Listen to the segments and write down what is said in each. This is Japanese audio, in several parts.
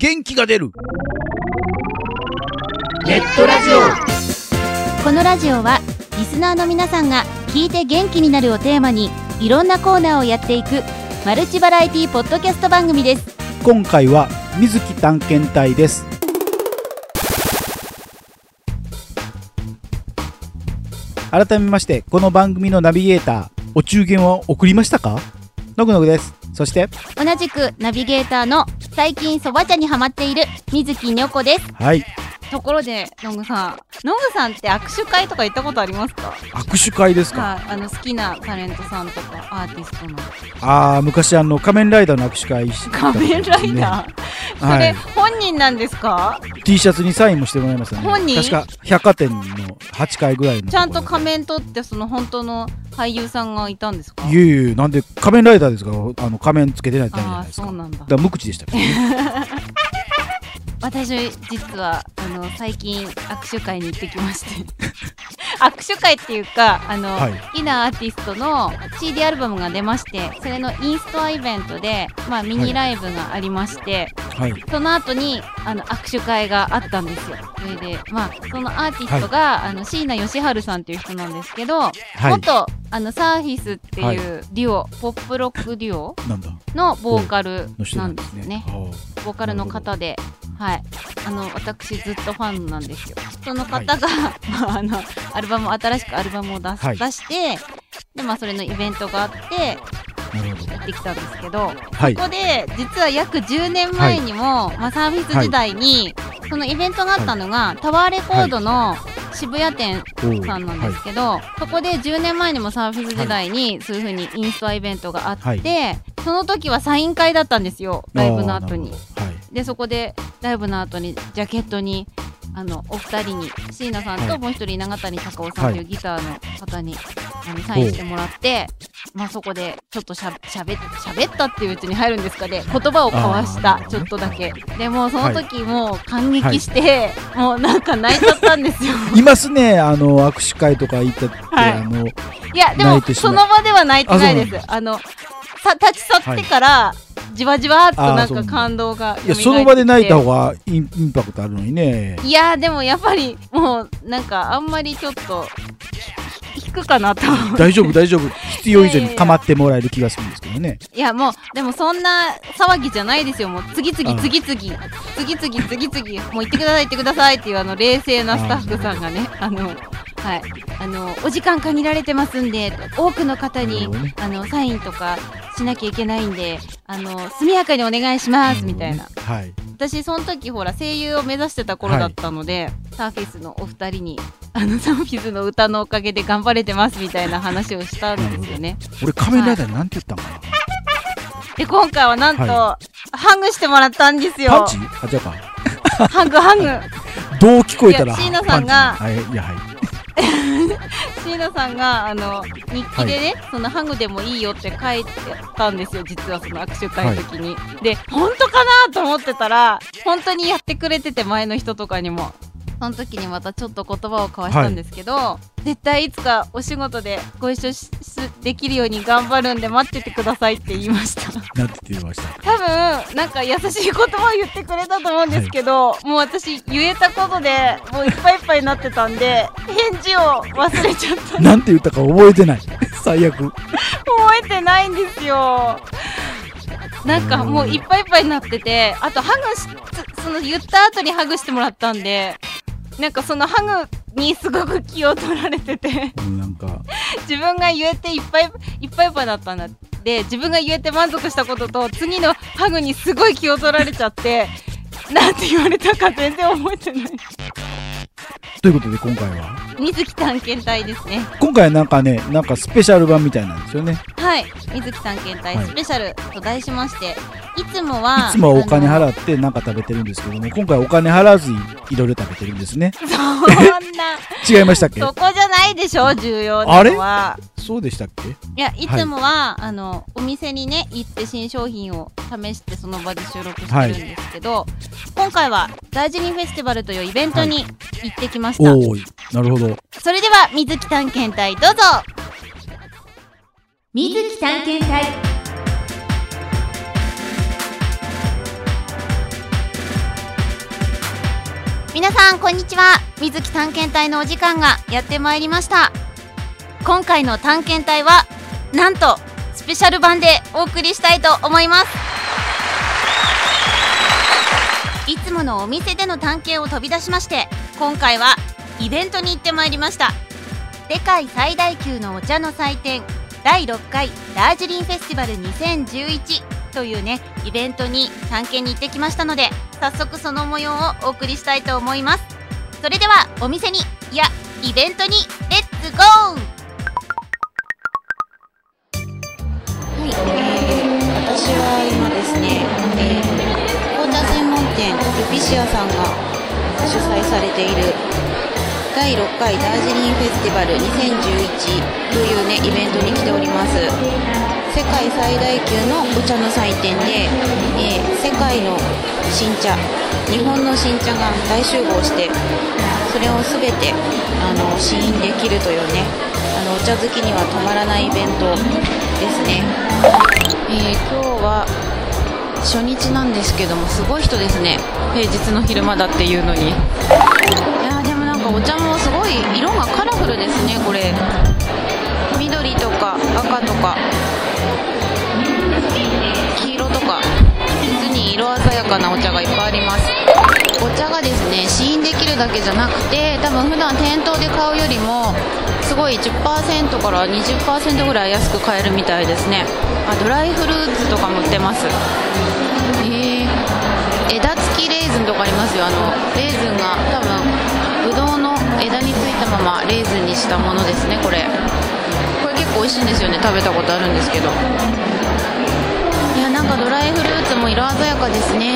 元気が出るネットラジオ。このラジオはリスナーの皆さんが聞いて元気になるをテーマにいろんなコーナーをやっていくマルチバラエティポッドキャスト番組です。 今回は水木探検隊です。改めましてこの番組のナビゲーターお中元を送りましたか？のぐのぐです。そして同じくナビゲーターの最近そば茶にハマっている水木にょこです。 はい。 ところでのぐさんって握手会とか行ったことありますか？ 握手会ですか？ 好きなタレントさんとかアーティストの。 昔仮面ライダーの握手会してたんですね。 仮面ライダー、それ、本人なんですか？ T シャツにサインもしてもらいましたね。 本人？ 確か百貨店の8階ぐらいの。 ちゃんと仮面取ってその本当の俳優さんがいたんですか？ いえなんで仮面ライダーですから仮面つけてないとダメじゃないですか。 そうなんだ。 だから無口でしたけどね。 私実は最近握手会に行ってきまして握手会っていうか好きなアーティストの CD アルバムが出まして、それのインストアイベントで、ミニライブがありまして、その後に握手会があったんですよ。それでそのアーティストが、椎名義治さんという人なんですけど、元サーフィスっていうデュオ、ポップロックデュオのボーカルなんですよね。ボーカルの方で、私ずっとファンなんですよ。その方が、新しくアルバムを出して、でそれのイベントがあって行ってきたんですけど、そこで実は約10年前にも、サーフィス時代に、そのイベントがあったのが、タワーレコードの渋谷店さんなんですけど、そこで10年前にもサーフィス時代にそういう風にインストアイベントがあって、その時はサイン会だったんですよ、ライブの後に。でそこでライブの後にジャケットにお二人に椎名さんともう一人永谷隆夫さんというギターの方にサインしてもらって、そこでちょっとしゃべったっていううちに入るんですかね、言葉を交わしたちょっとだけで、もうその時もう感激して、もうなんか泣いちゃったんですよ。 いますね、握手会とか行ったって、 いやでもその場では泣いてないです。立ち去ってから、じわじわっとなんか感動が蘇ってきて、 その場で泣いた方がインパクトあるのにね。いやでもやっぱりもうなんかあんまりちょっと引くかなと思う。 大丈夫必要以上に構ってもらえる気がするんですけどね。 いやもうでもそんな騒ぎじゃないですよ。もう次々もう行ってくださいっていう冷静なスタッフさんがね、お時間限られてますんで、多くの方に、サインとかしなきゃいけないんで速やかにお願いしますみたいな。私その時ほら声優を目指してた頃だったので、サーフィスのお二人にサーフィスの歌のおかげで頑張れてますみたいな話をしたんですよね。 俺仮面ライダーになんて言ったんかな。 で今回はなんと、ハグしてもらったんですよ。 パンチ？じゃあハグどう聞こえたら椎名さんが椎名さんが日記でね、そのハグでもいいよって書いてたんですよ、実はその握手会の時に。で本当かなと思ってたら本当にやってくれてて、前の人とかにもその時にまたちょっと言葉を交わしたんですけど、絶対いつかお仕事でご一緒できるように頑張るんで待っててくださいって言いました。 なんて言いました？ 多分なんか優しい言葉を言ってくれたと思うんですけど、もう私言えたことでもういっぱいいっぱいになってたんで返事を忘れちゃった。 なんて言ったか覚えてない。最悪。 覚えてないんですよ。なんかもういっぱいいっぱいになってて、あとその言った後にハグしてもらったんで、なんかそのハグにすごく気を取られてて、 なんか自分が言えていっぱいだったんだって、自分が言えて満足したことと次のハグにすごい気を取られちゃって、なんて言われたか全然覚えてない。 ということで今回は水木探検隊ですね。 今回はなんかスペシャル版みたいなんですよね。 はい、水木探検隊スペシャルと題しまして、いつもはお金払ってなんか食べてるんですけども、今回お金払わずにいろいろ食べてるんですね。 そんな違いましたっけ？ そこじゃないでしょ、重要なのは。 あれ？そうでしたっけ？ いや、いつもは、お店にね行って新商品を試してその場で収録してるんですけど、今回はダージリンフェスティバルというイベントに行ってきました。 おー、なるほど。 それでは水木探検隊どうぞ。 水木探検隊。 皆さんこんにちは。水木探検隊のお時間がやってまいりました。今回の探検隊はなんとスペシャル版でお送りしたいと思います。いつものお店での探検を飛び出しまして、今回はイベントに行ってまいりました。世界最大級のお茶の祭典第6回ダージリンフェスティバル2011というねイベントに探検に行ってきましたので、早速その模様をお送りしたいと思います。それではお店に、いやイベントにレッツゴー。 はい、私は今ですね、紅茶専門店ルピシアさんが主催されている第6回ダージリンフェスティバル2011というねイベントに来ております。世界最大級のお茶の祭典で、世界の新茶、日本の新茶が大集合して、それを全て試飲できるというねお茶好きにはたまらないイベントですね。今日は初日なんですけども、すごい人ですね。平日の昼間だっていうのに。いやでもなんかお茶もすごい色がカラフルですね。これ緑とか赤とか黄色とか、実に色鮮やかなお茶がいっぱいあります。お茶がですね試飲できるだけじゃなくて、多分普段店頭で買うよりもすごい 10% から 20% ぐらい安く買えるみたいですね。ドライフルーツとかも売ってます。枝付きレーズンとかありますよ。レーズンが多分ぶどうの枝についたままレーズンにしたものですね。これ結構美味しいんですよね。食べたことあるんですけど、いやなんかドライフルーツも色鮮やかですね。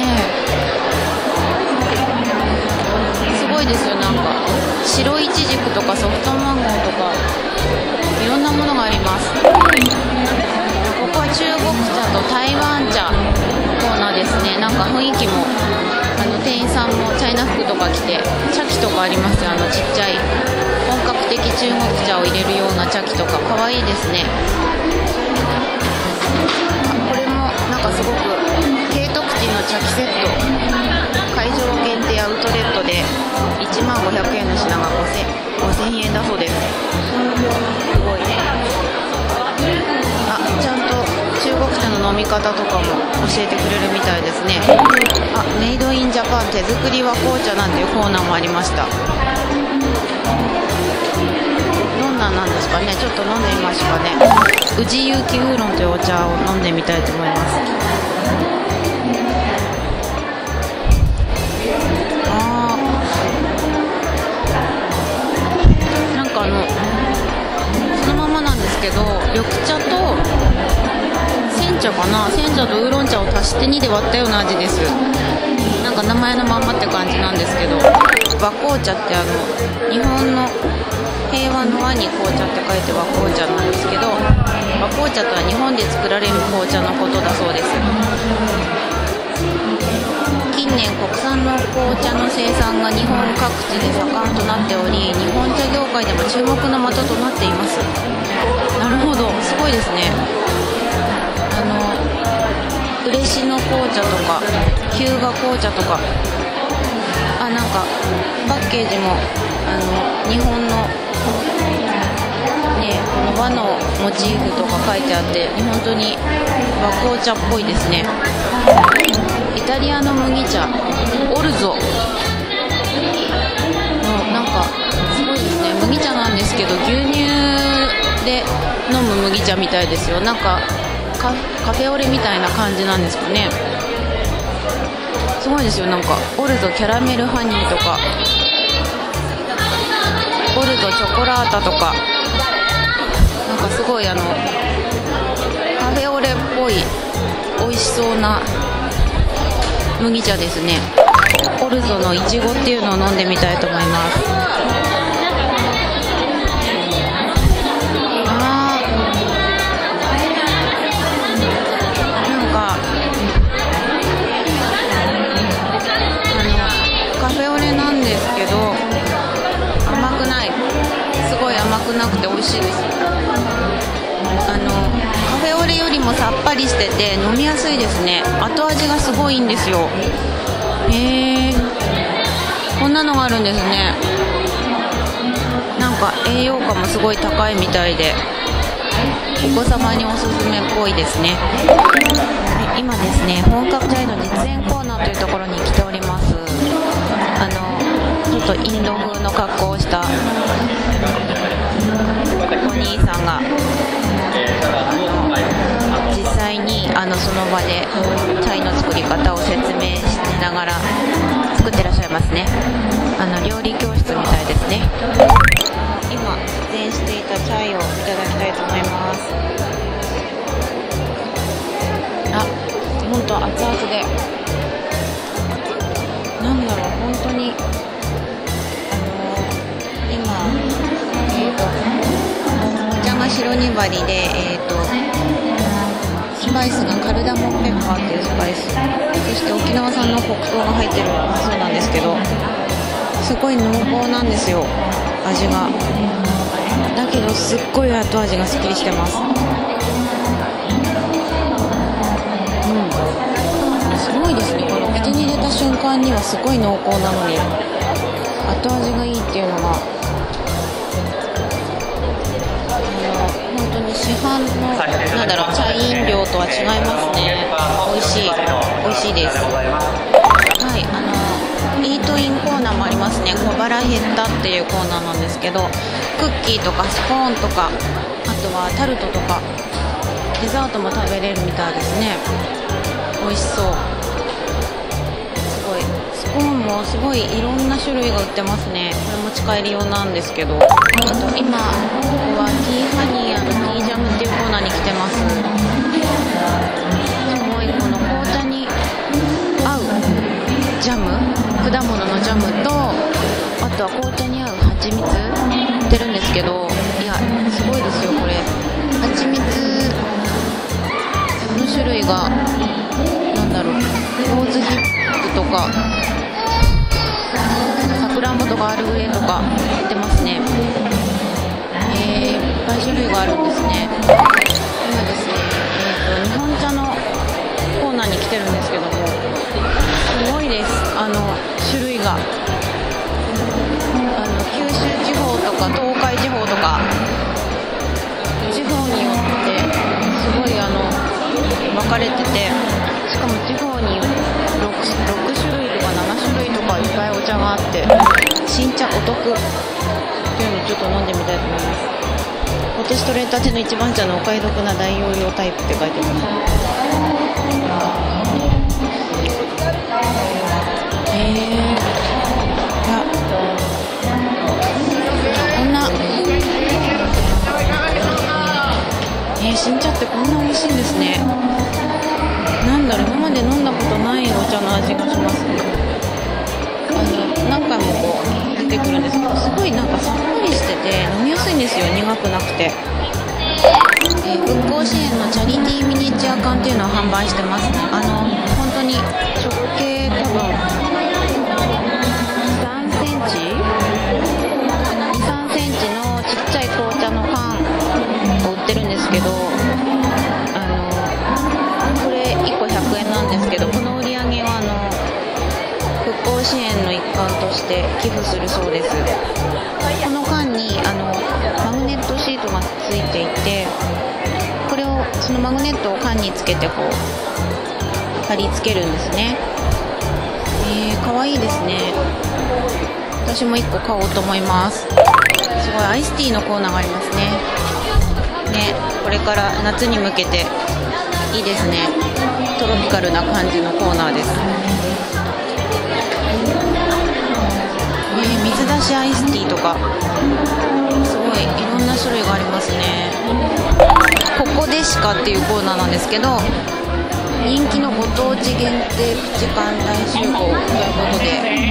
すごいですよ。なんか白いちじくとかソフトマンゴーとかいろんなものがあります。ここは中国茶と台湾茶コーナーですね。なんか雰囲気も店員さんもチャイナ服とか着て茶器とかありますよ。ちっちゃい本格的中国茶を入れるような茶器とかかわいいですね。これもなんかすごく慶徳寺の茶器セット、会場限定アウトレットで15,000円の品が5000円だそうです。すごいね。ちゃんと中国茶の飲み方とかも教えてくれるみたいですね。メイドインジャパン手作り和紅茶なんていうコーナーもありました。どんなんなんですかね。ちょっと飲んでみましょうかね。宇治有機ウーロンというお茶を飲んでみたいと思います。なんかそのままなんですけど、緑茶と煎茶かな、煎茶とウーロン茶を足して2で割ったような味です。なんか名前のまんまって感じなんですけど、和紅茶って日本の平和の和に紅茶って書いて和紅茶なんですけど、和紅茶とは日本で作られる紅茶のことだそうです。近年国産の紅茶の生産が日本各地で盛んとなっており、日本茶業界でも注目の的となっています。なるほど、すごいですね。嬉野紅茶とか日向紅茶とか、なんかパッケージも日本のねこの和のモチーフとか書いてあって、本当に和紅茶っぽいですね。イタリアの麦茶オルゾのなんかすごいですね。麦茶なんですけど牛乳で飲む麦茶みたいですよ。なんかカフェオレみたいな感じなんですかね。すごいですよ。なんかオルゾキャラメルハニーとかオルゾチョコラータとか、なんかすごいカフェオレっぽい美味しそうな麦茶ですね。オルゾのいちごっていうのを飲んでみたいと思います。なんかカフェオレなんですけど甘くない、すごい甘くなくて美味しいです。カフェオレよりもさっぱりしてて飲みやすいですね。後味がすごいいいんですよ。こんなのがあるんですね。なんか栄養価もすごい高いみたいで、お子様におすすめっぽいですね。はい、今ですね、本格チャイの実演コーナーというところに来ております。ちょっとインド風の格好をしたお兄さんが実際にその場でチャイの作り方を説明しながら作ってらっしゃいますね。料理教室みたいですね。今出演していたチャイをいただきたいと思います。ほんと熱々で、なんだろう、本当に今お茶が白2割で、スパイスがカルダモンペッパーっていうスパイス、そして沖縄産の黒糖が入ってるそうなんですけど、すごい濃厚なんですよ、味が。だけどすっごい後味がすっきりしてます。すごいですね。この口に入れた瞬間にはすごい濃厚なのに後味がいいっていうのが、本当に市販のチャイ飲料とは違いますね。美味しいです。はい、イートインコーナーもありますね。小腹減ったっていうコーナーなんですけど、クッキーとかスコーンとか、あとはタルトとかデザートも食べれるみたいですね。美味しそう。すごいスコーンもすごいいろんな種類が売ってますね。これ持ち帰り用なんですけど、あと今ここはティーハニー&ティージャムっていうコーナーに来てます。すごい、この紅茶に合うジャム、果物のジャムと、あとは紅茶に合う蜂蜜売ってるんですけど、いやすごいですよこれ。蜂蜜の種類がなんだろう、ローズヒップとかさくらんぼとかアールグレイとか売ってますね。いっぱい種類があるんですね。今ですね、日本茶のコーナーに来てるんですけども、すごいです、種類が。九州地方とか東海地方とか地方によってすごい分かれてて、しかも地方に 6種類とか7種類とかいっぱいお茶があって、新茶お得っていうのをちょっと飲んでみたいと思います。今年取れたての一番茶のお買い得な大容量タイプって書いてあります。新茶ってこんな美味しいんですね。なんだろう、今まで飲んだことないお茶の味がします。何回もこう出てくるんですけど、すごいなんかさっぱりしてて飲みやすいんですよ、苦くなくて。復興支援のチャリティーミニチュア缶っていうのを販売してます。本当に直径多分3センチ2、3センチのちっちゃい紅茶の缶を売ってるんですけど、これ1個100円なんですけど、この売り上げは復興支援の一環として寄付するそうです。この缶にマグネットシートがついていて、これをそのマグネットを缶につけてこう貼り付けるんですね。かわいいですね。私も1個買おうと思います。すごいアイスティーのコーナーがありますね。これから夏に向けていいですね。トロピカルな感じのコーナーです。水出しアイスティーとかすごいいろんな種類がありますね。ここでしかっていうコーナーなんですけど、人気のご当地限定プチ缶大集合ということで、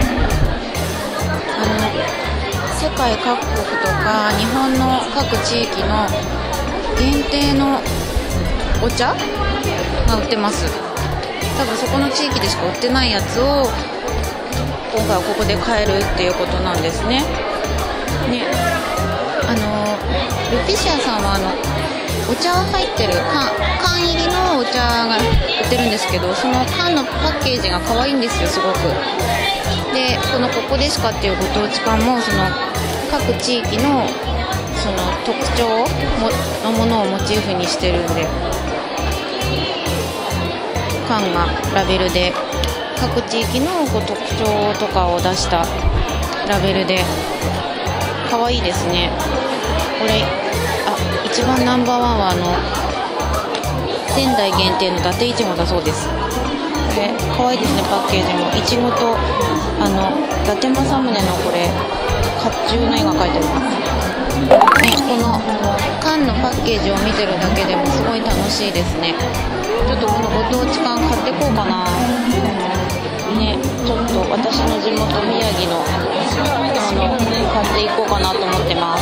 世界各国とか日本の各地域の限定のお茶が売ってます。多分そこの地域でしか売ってないやつを今回はここで買えるっていうことなんですね。ルピシアさんはお茶入ってる缶入りのお茶が売ってるんですけど、その缶のパッケージが可愛いんですよ、すごく。でここでしかっていうご当地缶もその各地域のその特徴のものをモチーフにしてるんで、缶がラベルで各地域の特徴とかを出したラベルで可愛いですね。これ一番ナンバーワンは仙台限定の伊達いちごだそうです。これ可愛いですね。パッケージもいちごと伊達政宗のこれ甲冑の絵が描いてあります、この缶のパッケージを見てるだけでもすごい楽しいですね。ちょっとこのご当地缶買ってこうかなね。ちょっと私の地元宮城の買っていこうかなと思ってます。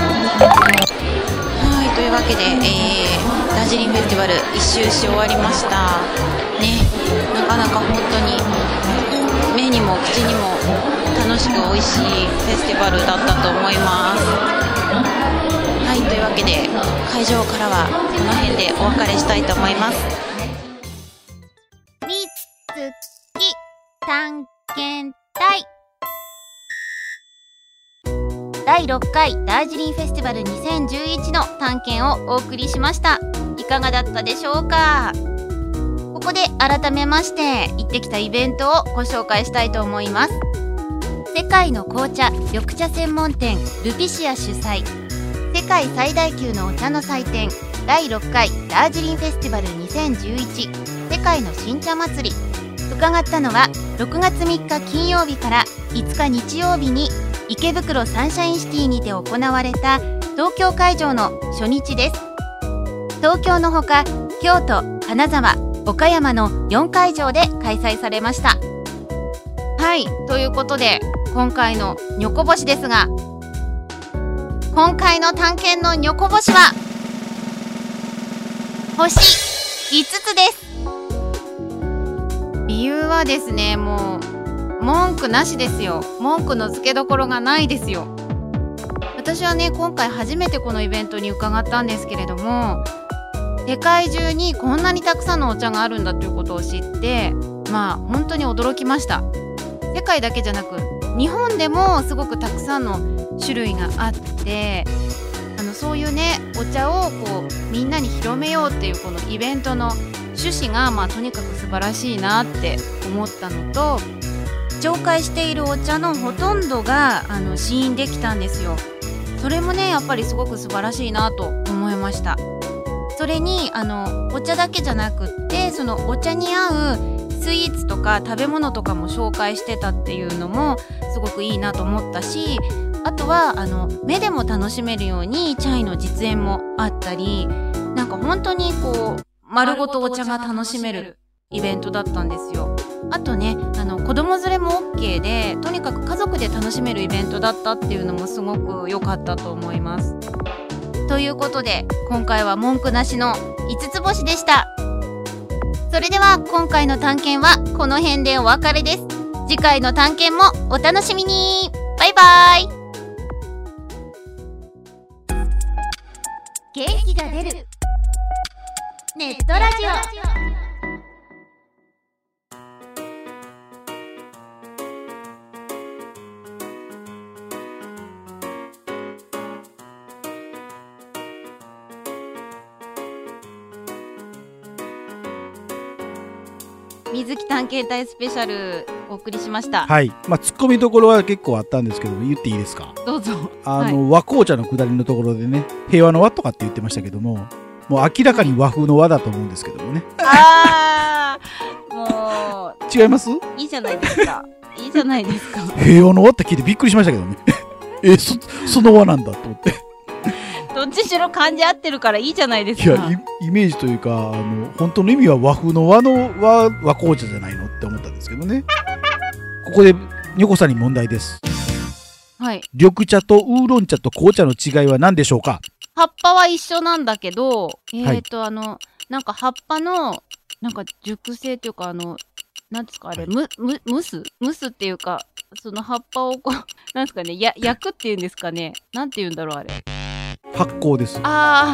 はい、というわけで、ダージリンフェスティバル一周し終わりましたね。なかなか本当に目にも口にも楽しく美味しいフェスティバルだったと思います。はい、というわけで会場からはこの辺でお別れしたいと思います。 みつき探検隊第6回ダージリンフェスティバル2011の探検をお送りしました。いかがだったでしょうか。ここで改めまして行ってきたイベントをご紹介したいと思います。世界の紅茶・緑茶専門店ルピシア主催、世界最大級のお茶の祭典第6回ダージリンフェスティバル2011世界の新茶祭り。伺ったのは6月3日金曜日から5日日曜日に池袋サンシャインシティにて行われた東京会場の初日です。東京のほか京都、金沢、岡山の4会場で開催されました。はい、ということで今回のにょこ星ですが、今回の探検のにょこ星は星5つです。理由はですね、もう文句なしですよ。文句のつけどころがないですよ。私はね、今回初めてこのイベントに伺ったんですけれども、世界中にこんなにたくさんのお茶があるんだということを知って、本当に驚きました。世界だけじゃなく日本でもすごくたくさんの種類があって、そういうねお茶をみんなに広めようっていうこのイベントの趣旨がとにかく素晴らしいなって思ったのと、紹介しているお茶のほとんどが試飲できたんですよ。それもねやっぱりすごく素晴らしいなと思いました。それにお茶だけじゃなくって、そのお茶に合うスイーツとか食べ物とかも紹介してたっていうのもすごくいいなと思ったし、あとは目でも楽しめるようにチャイの実演もあったり、なんか本当に丸ごとお茶が楽しめるイベントだったんですよ。あとね子供連れも OK で、とにかく家族で楽しめるイベントだったっていうのもすごく良かったと思います。ということで今回は文句なしの5つ星でした。それでは今回の探検はこの辺でお別れです。次回の探検もお楽しみに。バイバイ。元気が出るネットラジオ。水木探検隊スペシャルお送りしました。 はい、ツッコミどころは結構あったんですけども、言っていいですか。 どうぞ。 和紅茶の下りのところでね、平和の和とかって言ってましたけども、もう明らかに和風の和だと思うんですけどもね。 もう違います？ いいじゃないですか。いいじゃないですか。 平和の和って聞いてびっくりしましたけどね。その和なんだと思って。 どっちしろ漢字合ってるからいいじゃないですか。 いや、イメージというか本当の意味は和風の和の和紅茶じゃないのって思ったんですけどね。ここでにょこさんに問題です。 はい。 緑茶とウーロン茶と紅茶の違いは何でしょうか。 葉っぱは一緒なんだけど、なんか葉っぱのなんか熟成っていうかなんですかあれ、蒸すっていうか、その葉っぱをなんですかね、焼くっていうんですかね、なんていうんだろうあれ。 発酵です。 はい、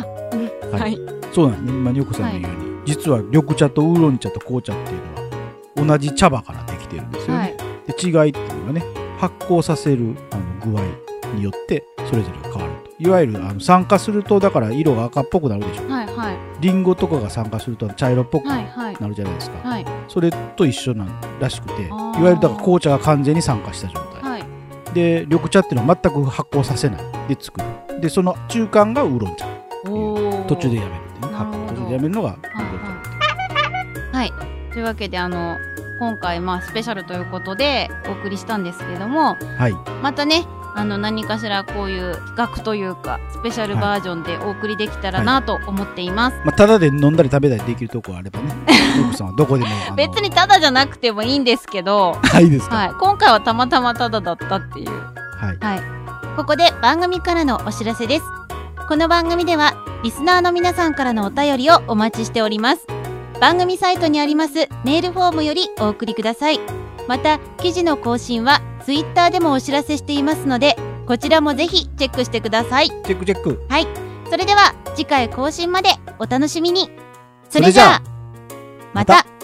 はい、そうなんですね。今にょこさんの言うように、実は緑茶とウーロン茶と紅茶っていうのは同じ茶葉からできてるんですよね。で違いっていうのがね、発酵させる具合によってそれぞれ変わると。いわゆる酸化するとだから色が赤っぽくなるでしょ。リンゴとかが酸化すると茶色っぽくなるじゃないですか。それと一緒なんらしくて、いわゆるだから紅茶が完全に酸化した状態、で緑茶っていうのは全く発酵させないで作る。でその中間がウーロン茶。途中でやめるってね。発酵途中でやめるのがウーロン茶。 はい。というわけで今回スペシャルということでお送りしたんですけれども、またね何かしらこういう企画というかスペシャルバージョンでお送りできたらなと思っています。 ただで飲んだり食べたりできるとこあればね、奥さんはどこでも別にただじゃなくてもいいんですけど、 いいですか。 今回はたまたまただだったっていう。 ここで番組からのお知らせです。この番組ではリスナーの皆さんからのお便りをお待ちしております。番組サイトにありますメールフォームよりお送りください。また記事の更新はツイッターでもお知らせしていますので、こちらもぜひチェックしてください。 チェック。 はい、それでは次回更新までお楽しみに。それじゃあまた。